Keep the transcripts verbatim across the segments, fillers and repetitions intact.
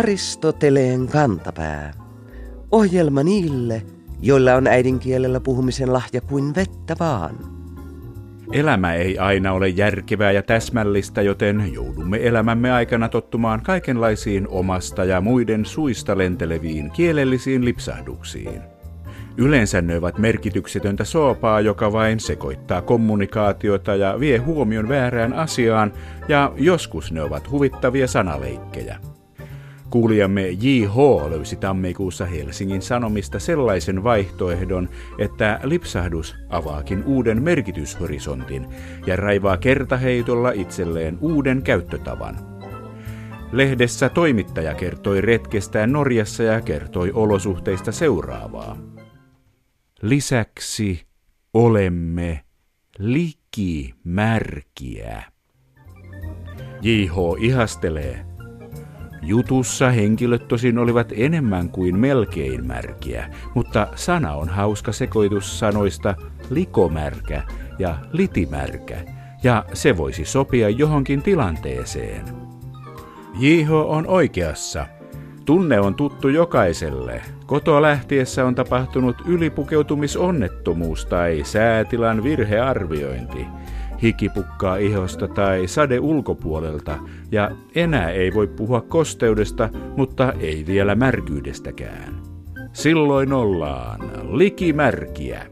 Aristoteleen kantapää. Ohjelma niille, joilla on äidinkielellä puhumisen lahja kuin vettä vaan. Elämä ei aina ole järkevää ja täsmällistä, joten joudumme elämämme aikana tottumaan kaikenlaisiin omasta ja muiden suista lenteleviin kielellisiin lipsahduksiin. Yleensä ne ovat merkityksetöntä soopaa, joka vain sekoittaa kommunikaatiota ja vie huomion väärään asiaan, ja joskus ne ovat huvittavia sanaleikkejä. Kuulijamme J H löysi tammikuussa Helsingin Sanomista sellaisen vaihtoehdon, että lipsahdus avaakin uuden merkityshorisontin ja raivaa kertaheitolla itselleen uuden käyttötavan. Lehdessä toimittaja kertoi retkestään Norjassa ja kertoi olosuhteista seuraavaa. Lisäksi olemme likimärkiä. J H ihastelee. Jutussa henkilöt tosin olivat enemmän kuin melkein märkiä, mutta sana on hauska sekoitus sanoista likomärkä ja litimärkä, ja se voisi sopia johonkin tilanteeseen. J H on oikeassa. Tunne on tuttu jokaiselle. Kotoa lähtiessä on tapahtunut ylipukeutumisonnettomuus tai säätilan virhearviointi. Hiki pukkaa ihosta tai sade ulkopuolelta, ja enää ei voi puhua kosteudesta, mutta ei vielä märkyydestäkään. Silloin ollaan likimärkiä.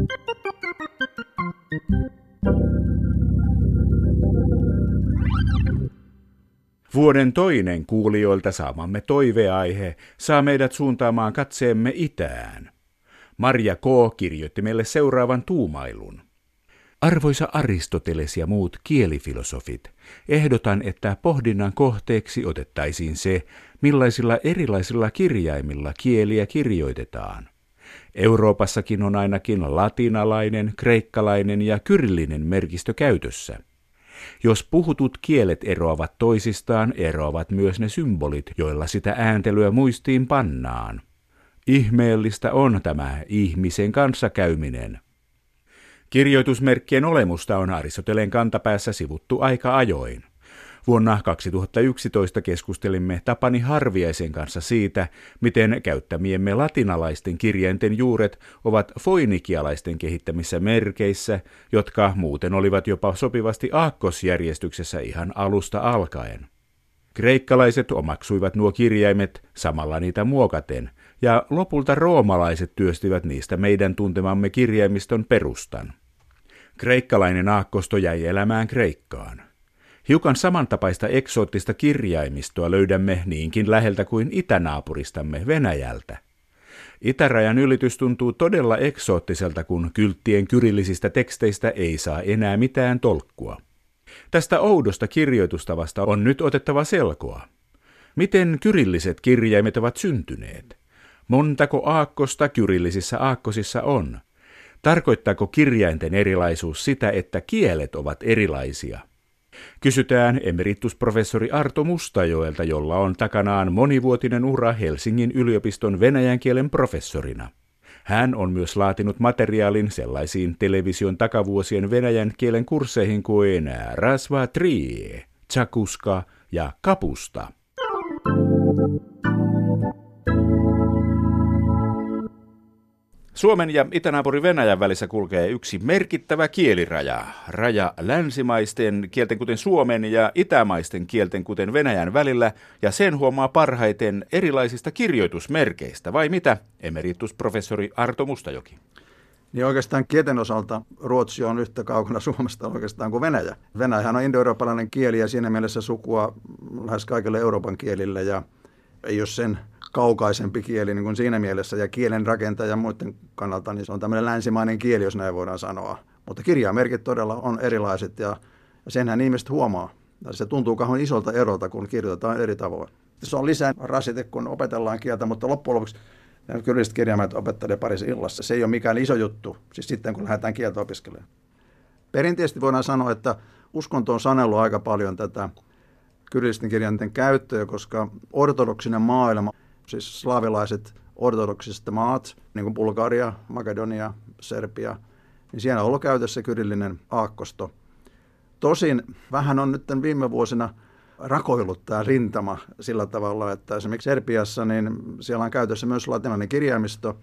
Vuoden toinen kuulijoilta saamamme toiveaihe saa meidät suuntaamaan katseemme itään. Marja K. kirjoitti meille seuraavan tuumailun. Arvoisa Aristoteles ja muut kielifilosofit, ehdotan, että pohdinnan kohteeksi otettaisiin se, millaisilla erilaisilla kirjaimilla kieliä kirjoitetaan. Euroopassakin on ainakin latinalainen, kreikkalainen ja kyrillinen merkistö käytössä. Jos puhutut kielet eroavat toisistaan, eroavat myös ne symbolit, joilla sitä ääntelyä muistiin pannaan. Ihmeellistä on tämä ihmisen kanssakäyminen. Kirjoitusmerkkien olemusta on Aristoteleen kantapäässä sivuttu aika ajoin. Vuonna kaksituhattayksitoista keskustelimme Tapani Harviaisen kanssa siitä, miten käyttämiemme latinalaisten kirjainten juuret ovat foinikialaisten kehittämissä merkeissä, jotka muuten olivat jopa sopivasti aakkosjärjestyksessä ihan alusta alkaen. Kreikkalaiset omaksuivat nuo kirjaimet samalla niitä muokaten, ja lopulta roomalaiset työstivät niistä meidän tuntemamme kirjaimiston perustan. Kreikkalainen aakkosto jäi elämään Kreikkaan. Hiukan samantapaista eksoottista kirjaimistoa löydämme niinkin läheltä kuin itänaapuristamme Venäjältä. Itärajan ylitys tuntuu todella eksoottiselta, kun kylttien kyrillisistä teksteistä ei saa enää mitään tolkkua. Tästä oudosta kirjoitustavasta on nyt otettava selkoa. Miten kyrilliset kirjaimet ovat syntyneet? Montako aakkosta kyrillisissä aakkosissa on? Tarkoittaako kirjainten erilaisuus sitä, että kielet ovat erilaisia? Kysytään emeritusprofessori Arto Mustajoelta, jolla on takanaan monivuotinen ura Helsingin yliopiston venäjän kielen professorina. Hän on myös laatinut materiaalin sellaisiin television takavuosien venäjän kielen kursseihin kuin Rasva Trie, Tsakuska ja Kapusta. Suomen ja itänaapuri Venäjän välissä kulkee yksi merkittävä kieliraja. Raja länsimaisten kielten kuten suomen ja itämaisten kielten kuten venäjän välillä, ja sen huomaa parhaiten erilaisista kirjoitusmerkeistä, vai mitä, emeritusprofessori Arto Mustajoki? Niin oikeastaan kielten osalta Ruotsi on yhtä kaukana Suomesta oikeastaan kuin Venäjä. Venäjähän on indoeurooppalainen kieli ja siinä mielessä sukua lähes kaikille Euroopan kielille ja ei ole sen kaukaisempi kieli niin kuin siinä mielessä, ja kielen rakentaja ja muiden kannalta niin se on tämmöinen länsimainen kieli, jos näin voidaan sanoa. Mutta kirjaimerkit todella on erilaiset, ja, ja senhän ihmiset huomaa. Ja se tuntuu kauhean isolta erolta, kun kirjoitetaan eri tavoin. Se on lisää rasite, kun opetellaan kieltä, mutta loppujen lopuksi kyrilliset kirjaimet opettelee parissa illassa. Se ei ole mikään iso juttu, siis sitten kun lähdetään kieltä opiskelemaan. Perinteisesti voidaan sanoa, että uskonto on sanellut aika paljon tätä kyrillisten kirjainten käyttöä, koska ortodoksinen maailma, siis slaavilaiset ortodoksiset maat, niin kuin Bulgaria, Makedonia, Serbia, niin siellä on ollut käytössä kyrillinen aakkosto. Tosin vähän on nyt viime vuosina rakoillut tämä rintama sillä tavalla, että esimerkiksi Serbiassa niin siellä on käytössä myös latinalainen kirjaimisto,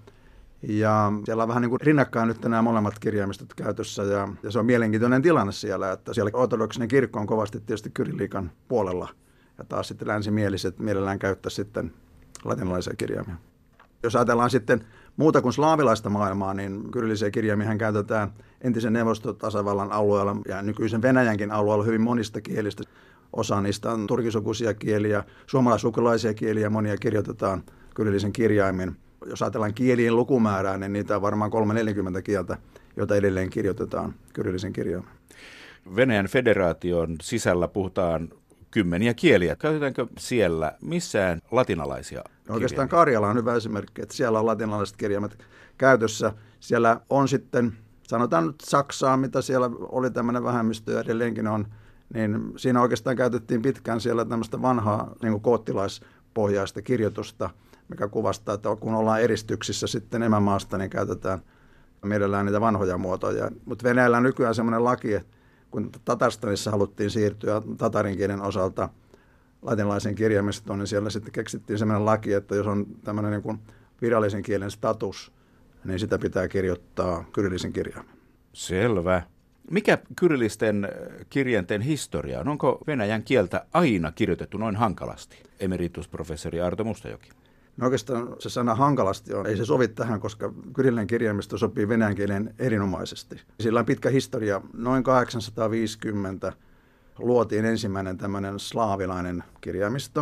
ja siellä on vähän niin kuin rinnakkain nyt nämä molemmat kirjaimistot käytössä, ja, ja se on mielenkiintoinen tilanne siellä, että siellä ortodoksinen kirkko on kovasti tietysti kyrilliikan puolella, ja taas sitten länsimieliset mielellään käyttää sitten latinalaisia kirjaimia. Jos ajatellaan sitten muuta kuin slaavilaista maailmaa, niin kyrillisiä kirjaimia käytetään entisen neuvostotasavallan alueella ja nykyisen Venäjänkin alueella hyvin monista kielistä. Osa niistä on turkisukuisia kieliä, suomalaisukulaisia kieliä, monia kirjoitetaan kyrillisen kirjaimin. Jos ajatellaan kielien lukumäärää, niin niitä on varmaan kolme neljäkymmentä kieltä, joita edelleen kirjoitetaan kyrillisen kirjaimin. Venäjän federaation sisällä puhutaan kymmeniä kieliä. Käytetäänkö siellä missään latinalaisia kirjaimia? Oikeastaan Karjala on hyvä esimerkki, että siellä on latinalaiset kirjaimet käytössä. Siellä on sitten, sanotaan nyt Saksaa, mitä siellä oli tämmöinen vähemmistö ja edelleenkin on, niin siinä oikeastaan käytettiin pitkään siellä tämmöistä vanhaa niin kuin koottilaispohjaista kirjoitusta, mikä kuvastaa, että kun ollaan eristyksissä sitten emämaasta, niin käytetään mielellään niitä vanhoja muotoja. Mutta Venäjällä on nykyään semmoinen laki, että kun Tatarstanissa haluttiin siirtyä tatarin kielen osalta latinalaisen kirjaimistoon, niin siellä sitten keksittiin semmoinen laki, että jos on tämmöinen niin kuin virallisen kielen status, niin sitä pitää kirjoittaa kyrillisen kirjaimen. Selvä. Mikä kyrillisten kirjainten historia on? Onko venäjän kieltä aina kirjoitettu noin hankalasti? Emeritusprofessori Arto Mustajoki. No oikeastaan se sana hankalasti on, ei se sovi tähän, koska kyrillinen kirjaimisto sopii venäjän kielen erinomaisesti. Sillä on pitkä historia. Noin kahdeksansataaviisikymmentä luotiin ensimmäinen tämmöinen slaavilainen kirjaimisto.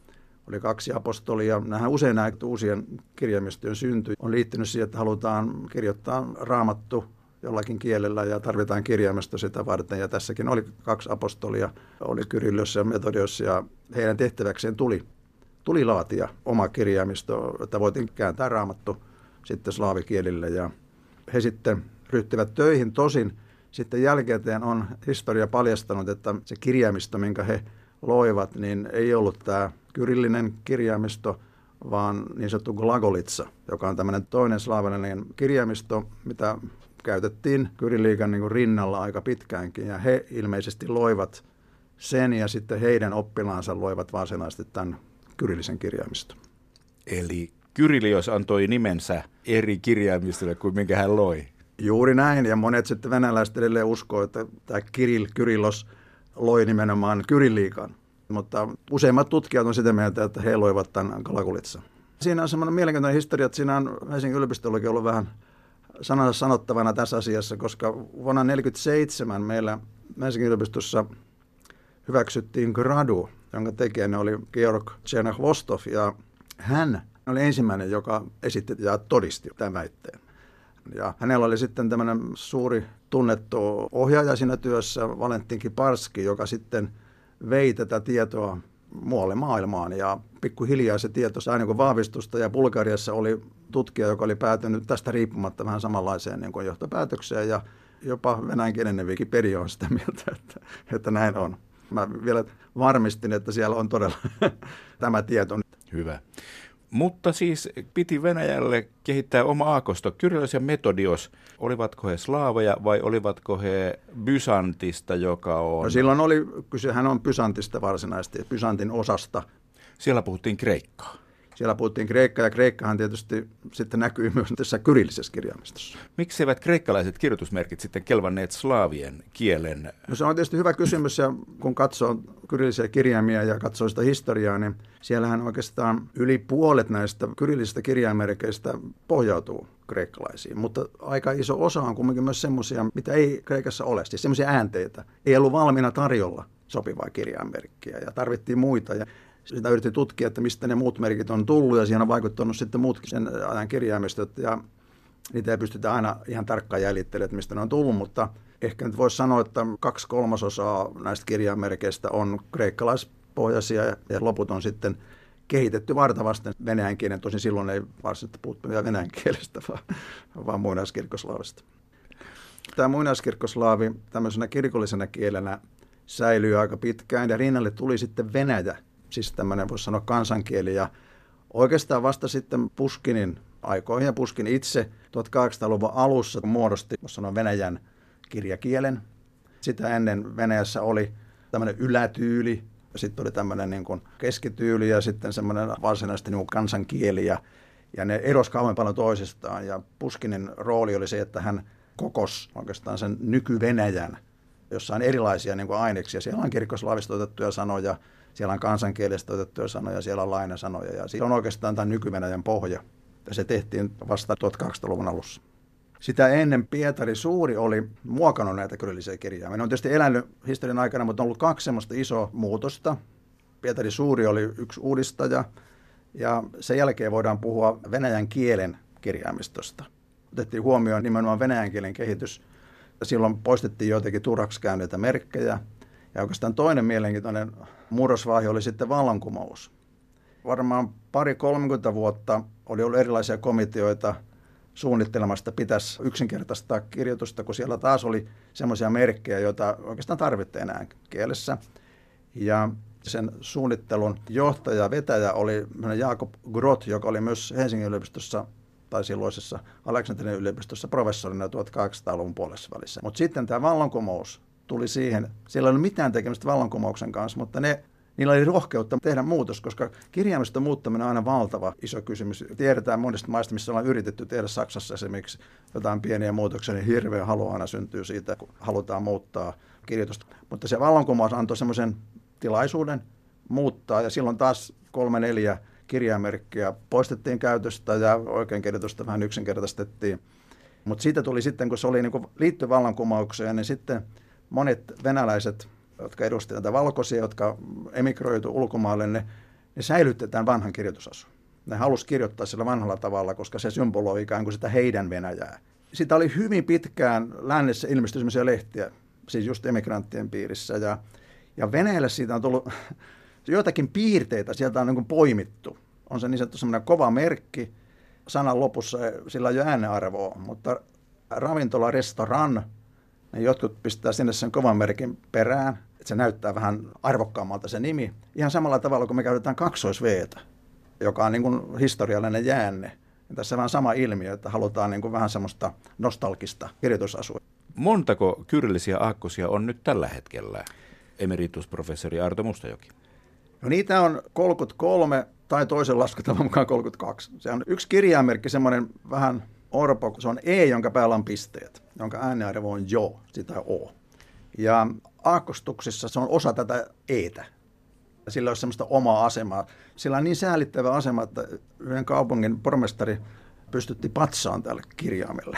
Oli kaksi apostolia. Nämähän usein näitä uusien kirjaimistojen synty on liittynyt siihen, että halutaan kirjoittaa raamattu jollakin kielellä ja tarvitaan kirjaimisto sitä varten. Ja tässäkin oli kaksi apostolia, oli Kyrillos ja Metodios, ja heidän tehtäväkseen tuli, tuli laatia oma kirjaimisto, että voitiin kääntää raamattu sitten slaavikielille. Ja he sitten ryhtyivät töihin. Tosin sitten jälkikäteen on historia paljastanut, että se kirjaimisto, minkä he loivat, niin ei ollut tämä kyrillinen kirjaimisto, vaan niin sanottu glagolitsa, joka on tämmöinen toinen slaavilainen kirjaimisto, mitä käytettiin kyrilliikan niin kuin rinnalla aika pitkäänkin, ja he ilmeisesti loivat sen, ja sitten heidän oppilaansa loivat varsinaisesti tämän kyrillisen kirjaimiston. Eli Kyrillios antoi nimensä eri kirjaimistolle kuin minkä hän loi. Juuri näin, ja monet sitten venäläiset edelleen uskoo, että tämä Kirill, Kyrillos loi nimenomaan kyrilliikan. Mutta useimmat tutkijat on sitä mieltä, että he loivat tämän glagolitsan. Siinä on semmoinen mielenkiintoinen historia, että siinä on Helsingin yliopistollakin ollut vähän sanansa sanottavana tässä asiassa, koska vuonna tuhatyhdeksänsataaneljäkymmentäseitsemän meillä Helsingin yliopistossa hyväksyttiin gradu, jonka tekijänä oli Georg Tchernakh-Vostov, ja hän oli ensimmäinen, joka esitti ja todisti tämän väitteen. Ja hänellä oli sitten tämmöinen suuri tunnettu ohjaaja siinä työssä, Valentin Kiparski, joka sitten vei tätä tietoa muualle maailmaan, ja pikkuhiljaa se tieto sai niin vahvistusta, ja Bulgariassa oli tutkija, joka oli päätynyt tästä riippumatta vähän samanlaiseen niin kuin johtopäätökseen, ja jopa venäjänkielinen Wikipedia on sitä mieltä, että, että näin on. Mä vielä varmistin, että siellä on todella tämä tieto. Hyvä. Mutta siis piti Venäjälle kehittää oma aakosto. Kyrillos ja Metodios, olivatko he slaaveja vai olivatko he Bysantista, joka on... No silloin oli, kyse, hän on Bysantista varsinaisesti, Bysantin osasta. Siellä puhuttiin kreikkaa. Siellä puhuttiin kreikkaa, ja kreikkahan tietysti sitten näkyy myös tässä kyrillisessä kirjaimistossa. Miksi eivät kreikkalaiset kirjoitusmerkit sitten kelvanneet slaavien kielen? No se on tietysti hyvä kysymys, ja kun katsoo kyrillisiä kirjaimia ja katsoo sitä historiaa, niin siellähän oikeastaan yli puolet näistä kyrillisistä kirjaimerkeistä pohjautuu kreikkalaisiin. Mutta aika iso osa on kuitenkin myös semmoisia, mitä ei Kreikassa ole, siis semmoisia äänteitä. Ei ollut valmiina tarjolla sopivaa kirjaimerkkiä, ja tarvittiin muita. Ja sitä yritti tutkia, että mistä ne muut merkit on tullut, ja siihen on vaikuttanut sitten muutkin sen ajan kirjaimistot, ja niitä ei pystytä aina ihan tarkkaan jäljittelemään, että mistä ne on tullut, mutta ehkä nyt voisi sanoa, että kaksi kolmasosaa näistä kirjaimerkeistä on kreikkalaispohjaisia, ja loput on sitten kehitetty vartavasten venäjän kielen, tosin silloin ei varsinaisesti puhuttu venäjän kielestä, vaan, vaan muinaiskirkkoslaavista. Tämä muinaiskirkkoslaavi tämmöisenä kirkollisena kielenä säilyy aika pitkään, ja rinnalle tuli sitten Venäjä, siis tämmöinen voisi sanoa kansankieli, ja oikeastaan vasta sitten Puškinin aikoihin, ja Puškin itse tuhatkahdeksansataaluvun alussa muodosti, voisi sanoa, Venäjän kirjakielen. Sitä ennen Venäjässä oli tämmöinen ylätyyli, Sitten oli tämmöinen niin kuin keskityyli ja sitten semmoinen varsinaisesti niin kuin kansankieli ja, ja ne erosi kauhean paljon toisistaan. Ja Puškinin rooli oli se, että hän kokosi oikeastaan sen nyky-Venäjän, jossa on erilaisia niin kuin aineksia. Siellä on kirkkoslavista otettuja sanoja, siellä on kansankielestä otettuja sanoja, siellä on lainasanoja ja siellä on oikeastaan tämän nyky-Venäjän pohja. Ja se tehtiin vasta tuhatkahdeksansataaluvun alussa. Sitä ennen Pietari Suuri oli muokannut näitä kyrillisiä kirjaimia. Ne on tietysti elänyt historian aikana, mutta on ollut kaksi semmoista isoa muutosta. Pietari Suuri oli yksi uudistaja ja sen jälkeen voidaan puhua venäjän kielen kirjaimistosta. Otettiin huomioon nimenomaan venäjän kielen kehitys. Silloin poistettiin joitakin turhaksi käyneitä merkkejä. Ja oikeastaan toinen mielenkiintoinen murrosvaihe oli sitten vallankumous. Varmaan pari kolmekymmentä vuotta oli ollut erilaisia komiteoita suunnittelemasta pitäisi yksinkertaistaa kirjoitusta, kun siellä taas oli semmoisia merkkejä, joita oikeastaan tarvittiin enää kielessä. Ja sen suunnittelun johtaja, vetäjä oli Jakob Groth, joka oli myös Helsingin yliopistossa tai silloisessa Aleksanterin yliopistossa professorina tuhatkahdeksansataaluvun puolessa välissä. Mutta sitten tämä vallankumous tuli siihen, siellä ei ollut mitään tekemistä vallankumouksen kanssa, mutta ne niillä oli rohkeutta tehdä muutos, koska kirjaimiston muuttaminen on aina valtava iso kysymys. Tiedetään monista maista, missä ollaan yritetty tehdä Saksassa esimerkiksi jotain pieniä muutoksia, niin hirveä halu aina syntyy siitä, kun halutaan muuttaa kirjoitusta. Mutta se vallankumous antoi semmoisen tilaisuuden muuttaa, ja silloin taas kolme neljä kirjaimerkkiä poistettiin käytöstä, ja oikeinkirjoitusta vähän yksinkertaistettiin. Mutta siitä tuli sitten, kun se oli niin kuin liittyi vallankumoukseen, niin sitten monet venäläiset, jotka edustivat tätä valkoisia, jotka emigroitu ulkomaille, ne, ne säilytetään vanhan kirjoitusasun. Ne halusi kirjoittaa sillä vanhalla tavalla, koska se symboloi ikään kuin sitä heidän Venäjää. Sitä oli hyvin pitkään lännessä ilmestyi sellaisia lehtiä, siis just emigranttien piirissä. Ja, ja Venäjälle siitä on tullut joitakin piirteitä, sieltä on niin kuin poimittu. On se niin sanottu semmoinen kova merkki, sanan lopussa sillä ei ole äänearvoa, mutta ravintola, restoran, ne jotkut pistää sinne sen kovan merkin perään, että se näyttää vähän arvokkaammalta se nimi. Ihan samalla tavalla kuin me käytetään kaksois-V:tä, joka on niin kuin historiallinen jäänne. Ja tässä on vähän sama ilmiö, että halutaan niin kuin vähän semmoista nostalgista kirjoitusasua. Montako kyrillisiä aakkosia on nyt tällä hetkellä, emeritusprofessori Arto Mustajoki? No niitä on kolmekymmentäkolme tai toisen laskutavan mukaan kolmekymmentäkaksi. Se on yksi kirjaimerkki, semmoinen vähän orpo, se on E, jonka päällä on pisteet, jonka ääniarvo on jo, sitä O. Ja aakkostuksissa se on osa tätä Etä. Sillä on semmoista omaa asemaa. Sillä on niin säälittävä asema, että yhden kaupungin pormestari pystytti patsaan tälle kirjaimelle.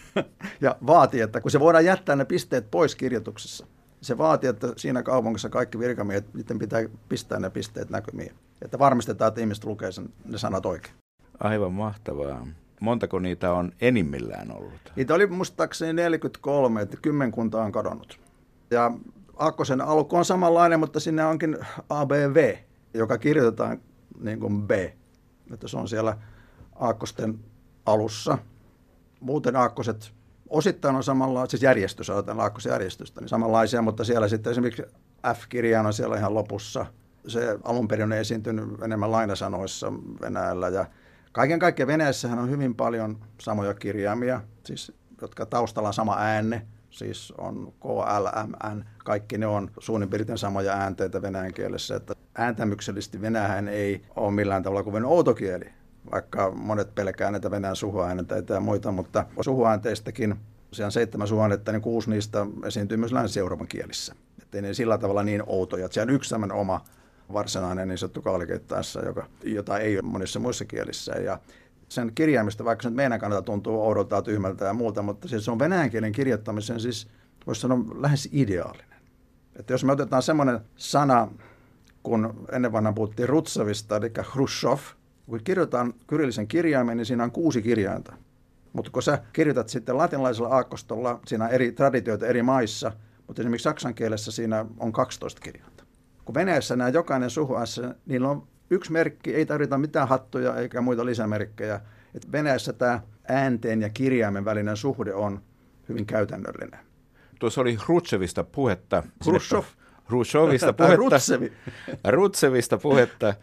Ja vaati, että kun se voidaan jättää ne pisteet pois kirjoituksessa, se vaati, että siinä kaupungissa kaikki virkamiehet, niiden pitää pistää ne pisteet näkymiin. Että varmistetaan, että ihmiset lukee sen, ne sanat oikein. Aivan mahtavaa. Montako niitä on enimmillään ollut? Niitä oli muistaakseni neljäkymmentäkolme, että kymmenkunta on kadonnut. Ja aakkosen alku on samanlainen, mutta sinne onkin A B V, joka kirjoitetaan niin kuin B. Että se on siellä aakkosten alussa. Muuten aakkoset osittain on samanlaisia, siis järjestys, ajatellaan aakkosjärjestystä, niin samanlaisia, mutta siellä sitten esimerkiksi F-kirjain on siellä ihan lopussa. Se alun perin on esiintynyt enemmän lainasanoissa Venäjällä ja kaiken kaikkiaan Venäjässähän on hyvin paljon samoja kirjaimia, siis, jotka taustalla on sama äänne, siis on K, L, M, N, kaikki ne on suunnin piirtein samoja äänteitä venäjän kielessä, että ääntämyksellisesti Venäjähän ei ole millään tavalla kuin outo kieli, vaikka monet pelkää näitä venäjän suhuäänteitä ja muita, mutta suhuäänteistäkin, siellä on seitsemän suhuäänettä, niin kuusi niistä esiintyy myös Länsi-Euroopan kielissä, ettei ne sillä tavalla niin outoja, että siellä on yksi sellainen oma varsinainen niin sanottu kaalikeittaessa, joka, jota ei ole monissa muissa kielissä. Ja sen kirjaimista, vaikka se nyt meidän kannalta tuntuu oudolta, tyhmältä ja muuta, mutta siis se on venäjän kielen kirjoittamisen siis, voisi sanoa, lähes ideaalinen. Että jos me otetaan semmoinen sana, kun ennen vanhaan puhuttiin Rutsevista, eli Hrushov, kun kirjoitetaan kyrillisen kirjaimen, niin siinä on kuusi kirjainta. Mutta kun sä kirjoitat sitten latinalaisella aakkostolla, siinä on eri traditioita eri maissa, mutta esimerkiksi saksan kielessä siinä on kaksitoista kirjainta. Kun Venäjässä nämä jokainen suhu, niillä on yksi merkki, ei tarvita mitään hattuja eikä muita lisämerkkejä. Et Venäjässä tämä äänteen ja kirjaimen välinen suhde on hyvin käytännöllinen. Tuossa oli Hrushevista puhetta. Hrushov. Hrushevista puhetta. Rutsevi. Rutsevista puhetta.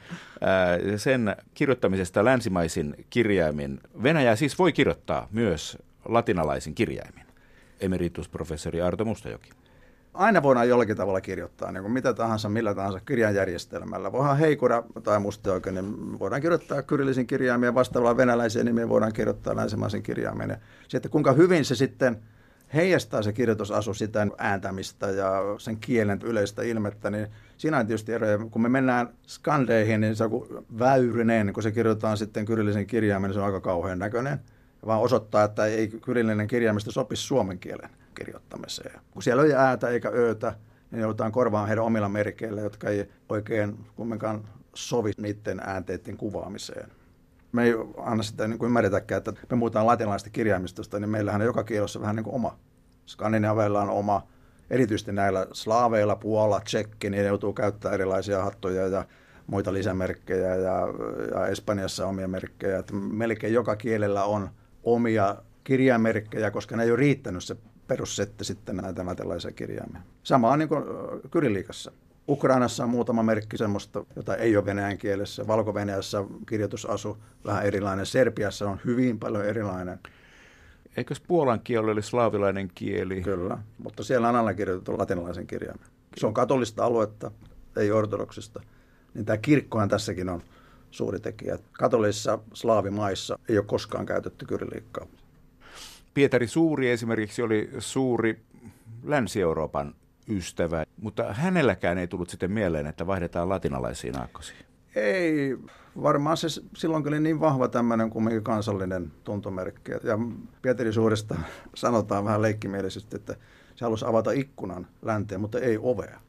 Sen kirjoittamisesta länsimaisin kirjaimin. Venäjä siis voi kirjoittaa myös latinalaisin kirjaimin. Emeritusprofessori Arto Mustajoki. Aina voidaan jollakin tavalla kirjoittaa, niin kuin mitä tahansa, millä tahansa kirjanjärjestelmällä. Voidaan heikura tai mustioikein, niin voidaan kirjoittaa kyrillisen kirjaimia, vastaavalla venäläisiä nimiä voidaan kirjoittaa länsimaisen kirjaimen. Sitten kuinka hyvin se sitten heijastaa se kirjoitusasu sitä ääntämistä ja sen kielen yleistä ilmettä, niin siinä on tietysti eroja. Kun me mennään skandeihin, niin se on kuin väyrynen, kun se kirjoitetaan sitten kyrillisen kirjaimen, niin se on aika kauhean näköinen. Vaan osoittaa, että ei kyrillinen kirjaimista sopisi suomen kielen kirjoittamiseen. Kun siellä ei äätä eikä öötä, niin joudutaan korvaamaan heidän omilla merkeillä, jotka ei oikein kumminkaan sovi niiden äänteiden kuvaamiseen. Me ei anna sitä niin kuin ymmärretäkään, että me muutaan latinalaisesta kirjaimistosta, niin meillähän on joka kielessä vähän niin kuin oma. Skandinaaveilla on oma, erityisesti näillä slaaveilla, Puola, Tsekki, niin ne joutuu käyttämään erilaisia hattuja ja muita lisämerkkejä ja, ja Espanjassa omia merkkejä. Että melkein joka kielellä on omia kirjaimerkkejä, koska ne ei ole riittänyt se perussetti sitten näitä latinalaisia kirjaimia. Sama on niin kuin kyrilliikassa. Ukrainassa on muutama merkki semmoista, jota ei ole venäjän kielessä. Valko-Venäjässä kirjoitusasu vähän erilainen. Serbiassa on hyvin paljon erilainen. Eikös puolan kieli oli slaavilainen kieli? Kyllä, mutta siellä on aina kirjoitettu latinalaisen kirjaimen. Se on katolista aluetta, ei ortodoksista. Niin tämä kirkkohan tässäkin on suuri tekijä. Katolisissa slaavimaissa ei ole koskaan käytetty kyrilliikkaa. Pietari Suuri esimerkiksi oli suuri Länsi-Euroopan ystävä, mutta hänelläkään ei tullut sitten mieleen, että vaihdetaan latinalaisiin aakkosiin. Ei, varmaan se silloin oli niin vahva tämmöinen kumminkin kansallinen tuntomerkki. Ja Pietari Suuresta sanotaan vähän leikkimielisesti, että se halusi avata ikkunan länteen, mutta ei ovea.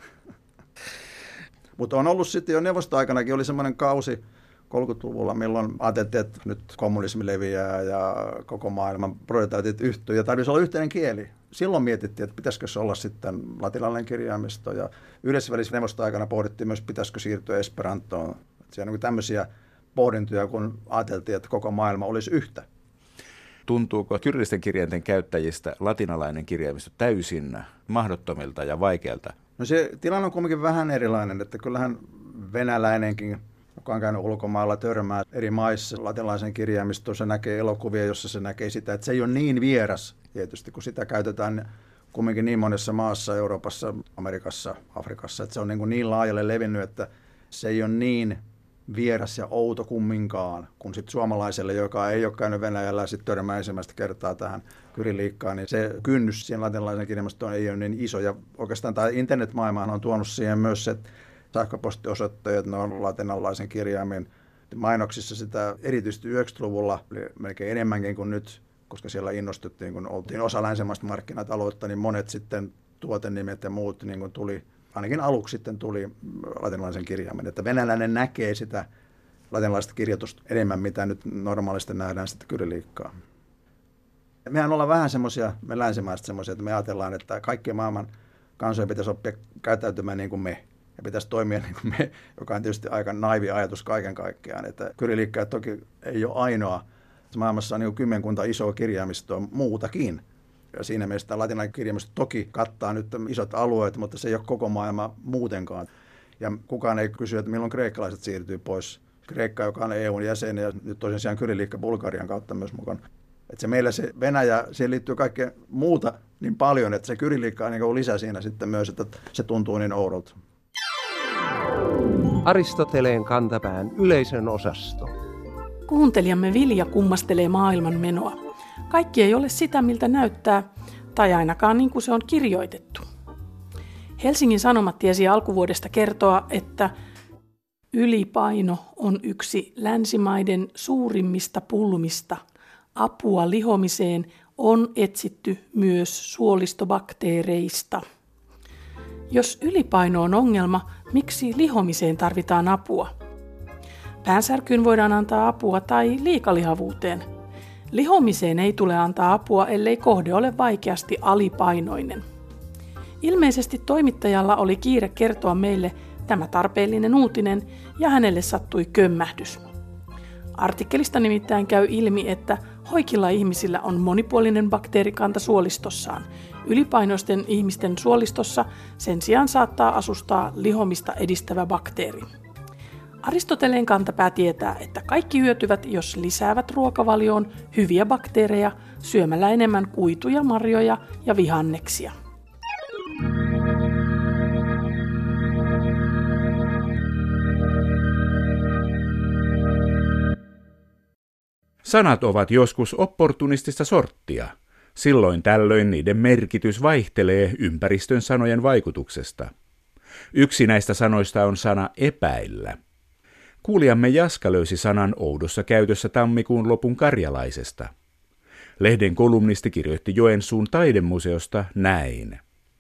Mutta on ollut sitten jo neuvostoaikanakin oli semmoinen kausi kolmekymmentäluvulla, milloin ajateltiin, että nyt kommunismi leviää ja koko maailman proletaatit yhtyy ja tarvitsisi olla yhteinen kieli. Silloin mietittiin, että pitäisikö se olla sitten latinalainen kirjaimisto ja yleisvälisessä neuvostoaikana pohdittiin myös, pitäisikö siirtyä esperantoon. Siellä on tämmöisiä pohdintoja, kun ajateltiin, että koko maailma olisi yhtä. Tuntuuko kyrillisten kirjainten käyttäjistä latinalainen kirjaimisto täysin mahdottomilta ja vaikealta? No se tilanne on kuitenkin vähän erilainen, että kyllähän venäläinenkin, joka on käynyt ulkomailla, törmää eri maissa latinalaisen kirjaimistoon, se näkee elokuvia, jossa se näkee sitä, että se ei ole niin vieras tietysti, kun sitä käytetään kumminkin niin monessa maassa, Euroopassa, Amerikassa, Afrikassa, että se on niin, kuin niin laajalle levinnyt, että se ei ole niin vieras ja outo kumminkaan, kun sitten suomalaiselle, joka ei ole käynyt Venäjällä ja sitten törmää ensimmäistä kertaa tähän kyrilliikkaan, niin se kynnys siihen latinalaisen kirjaimistoon ei ole niin iso. Ja oikeastaan tämä internetmaailmahan on tuonut siihen myös se sähköpostiosoitteet, ne on latinalaisen kirjaimen. Mainoksissa sitä erityisesti yhdeksänkymmentäluvulla oli melkein enemmänkin kuin nyt, koska siellä innostuttiin, kun oltiin osa länsimaista markkinataloutta, niin monet sitten tuotenimet ja muut niin kuin tuli, ainakin aluksi sitten tuli latinalaisen kirjaimen. Että venäläinen näkee sitä latinalaista kirjoitusta enemmän, mitä nyt normaalisti nähdään sitten kyrilliikkaa. Mehän ollaan vähän semmoisia, me länsimaiset semmoisia, että me ajatellaan, että kaikkien maailman kansojen pitäisi oppia käyttäytymään niin kuin me. Ja pitäisi toimia niin kuin me, joka on tietysti aika naivi ajatus kaiken kaikkiaan. Että kyrilliikka toki ei ole ainoa. Maailmassa on niin kymmenkunta isoa kirjaimistoa muutakin. Ja siinä mielessä latinalainen kirjaimisto toki kattaa nyt isot alueet, mutta se ei ole koko maailma muutenkaan. Ja kukaan ei kysy, että milloin kreikkalaiset siirtyy pois. Kreikka, joka on E U:n jäsen ja nyt tosiaan kyrilliikka Bulgarian kautta myös mukaan. Että se meillä se Venäjä, siihen liittyy kaikkea muuta niin paljon, että se kyrilliikka on niin lisä siinä sitten myös, että se tuntuu niin oudolta. Aristoteleen kantapään yleisön osasto. Kuuntelijamme Vilja kummastelee maailman menoa. Kaikki ei ole sitä, miltä näyttää, tai ainakaan niin kuin se on kirjoitettu. Helsingin Sanomat tiesi alkuvuodesta kertoa, että ylipaino on yksi länsimaiden suurimmista pulmista. Apua lihomiseen on etsitty myös suolistobakteereista. Jos ylipaino on ongelma, miksi lihomiseen tarvitaan apua? Päänsärkyyn voidaan antaa apua tai liikalihavuuteen. Lihomiseen ei tule antaa apua, ellei kohde ole vaikeasti alipainoinen. Ilmeisesti toimittajalla oli kiire kertoa meille tämä tarpeellinen uutinen ja hänelle sattui kömmähdys. Artikkelista nimittäin käy ilmi, että hoikilla ihmisillä on monipuolinen bakteerikanta suolistossaan. Ylipainoisten ihmisten suolistossa sen sijaan saattaa asustaa lihomista edistävä bakteeri. Aristoteleen kantapää tietää, että kaikki hyötyvät, jos lisäävät ruokavalioon hyviä bakteereja syömällä enemmän kuituja, marjoja ja vihanneksia. Sanat ovat joskus opportunistista sorttia. Silloin tällöin niiden merkitys vaihtelee ympäristön sanojen vaikutuksesta. Yksi näistä sanoista on sana epäillä. Kuulijamme Jaska löysi sanan oudossa käytössä tammikuun lopun karjalaisesta. Lehden kolumnisti kirjoitti Joensuun taidemuseosta näin.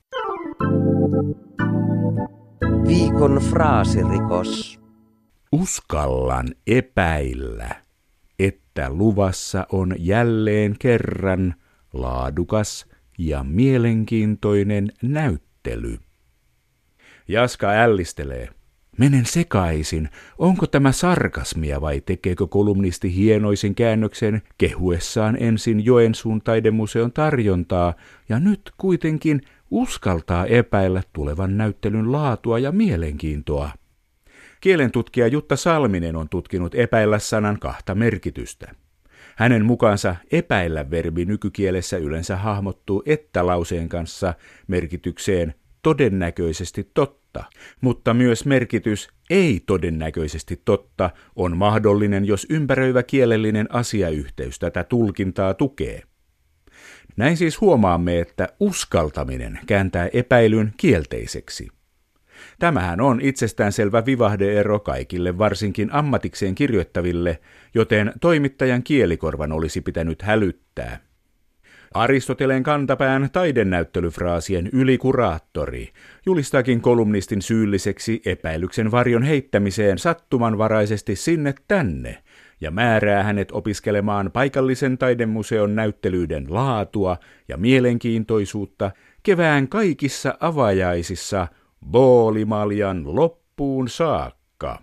Viikon fraasirikos. Uskallan epäillä, että luvassa on jälleen kerran laadukas ja mielenkiintoinen näyttely. Jaska ällistelee. Menen sekaisin, onko tämä sarkasmia vai tekeekö kolumnisti hienoisen käännöksen kehuessaan ensin Joensuun taidemuseon tarjontaa ja nyt kuitenkin uskaltaa epäillä tulevan näyttelyn laatua ja mielenkiintoa. Kielentutkija Jutta Salminen on tutkinut epäillä-sanan kahta merkitystä. Hänen mukaansa epäillä-verbi nykykielessä yleensä hahmottuu että-lauseen kanssa merkitykseen todennäköisesti totta, mutta myös merkitys ei todennäköisesti totta on mahdollinen, jos ympäröivä kielellinen asiayhteys tätä tulkintaa tukee. Näin siis huomaamme, että uskaltaminen kääntää epäilyn kielteiseksi. Tämähän on itsestäänselvä vivahde-ero kaikille varsinkin ammatikseen kirjoittaville, joten toimittajan kielikorvan olisi pitänyt hälyttää. Aristoteleen kantapään taidenäyttelyfraasien ylikuraattori julistaakin kolumnistin syylliseksi epäilyksen varjon heittämiseen sattumanvaraisesti sinne tänne ja määrää hänet opiskelemaan paikallisen taidemuseon näyttelyiden laatua ja mielenkiintoisuutta kevään kaikissa avajaisissa boolimaljan loppuun saakka.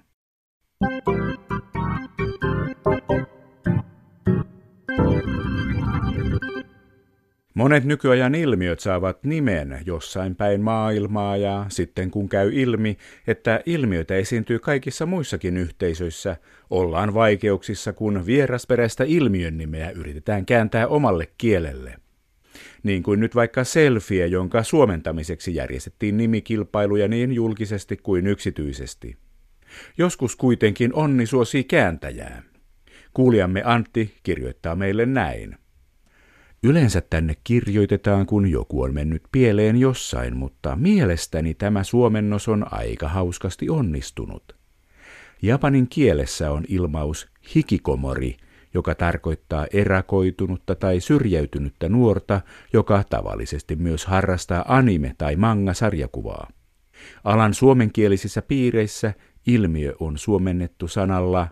Monet nykyajan ilmiöt saavat nimen jossain päin maailmaa ja sitten kun käy ilmi, että ilmiöitä esiintyy kaikissa muissakin yhteisöissä, ollaan vaikeuksissa, kun vierasperäistä ilmiön nimeä yritetään kääntää omalle kielelle. Niin kuin nyt vaikka selfie, jonka suomentamiseksi järjestettiin nimikilpailuja niin julkisesti kuin yksityisesti. Joskus kuitenkin onni suosii kääntäjää. Kuulijamme Antti kirjoittaa meille näin. Yleensä tänne kirjoitetaan, kun joku on mennyt pieleen jossain, mutta mielestäni tämä suomennos on aika hauskasti onnistunut. Japanin kielessä on ilmaus hikikomori, joka tarkoittaa erakoitunutta tai syrjäytynyttä nuorta, joka tavallisesti myös harrastaa anime- tai manga-sarjakuvaa. Alan suomenkielisissä piireissä ilmiö on suomennettu sanalla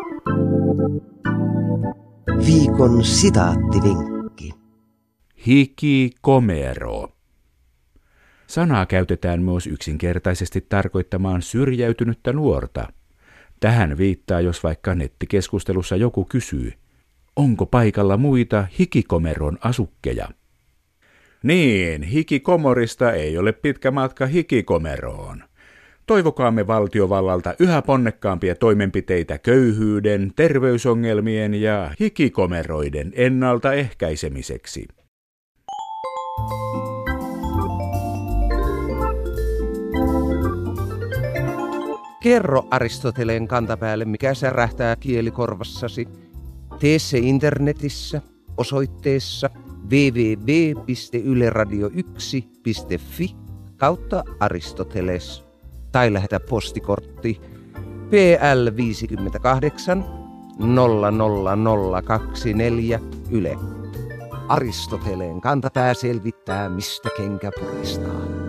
Viikon sitaattivinkki. hikikomero. Sanaa käytetään myös yksinkertaisesti tarkoittamaan syrjäytynyttä nuorta. Tähän viittaa, jos vaikka nettikeskustelussa joku kysyy, onko paikalla muita hikikomeron asukkeja? Niin, hikikomorista ei ole pitkä matka hikikomeroon. Toivokaamme valtiovallalta yhä ponnekkaampia toimenpiteitä köyhyyden, terveysongelmien ja hikikomeroiden ennaltaehkäisemiseksi. Kerro Aristoteleen kantapäälle, mikä särähtää kielikorvassasi. Tee se internetissä osoitteessa double-u double-u double-u piste yle radio yksi piste fi kautta Aristoteles tai lähetä postikortti P L viisikymmentäkahdeksan nolla nolla nolla kaksikymmentäneljä Yle. Aristoteleen kantapää selvittää, mistä kenkä puristaa.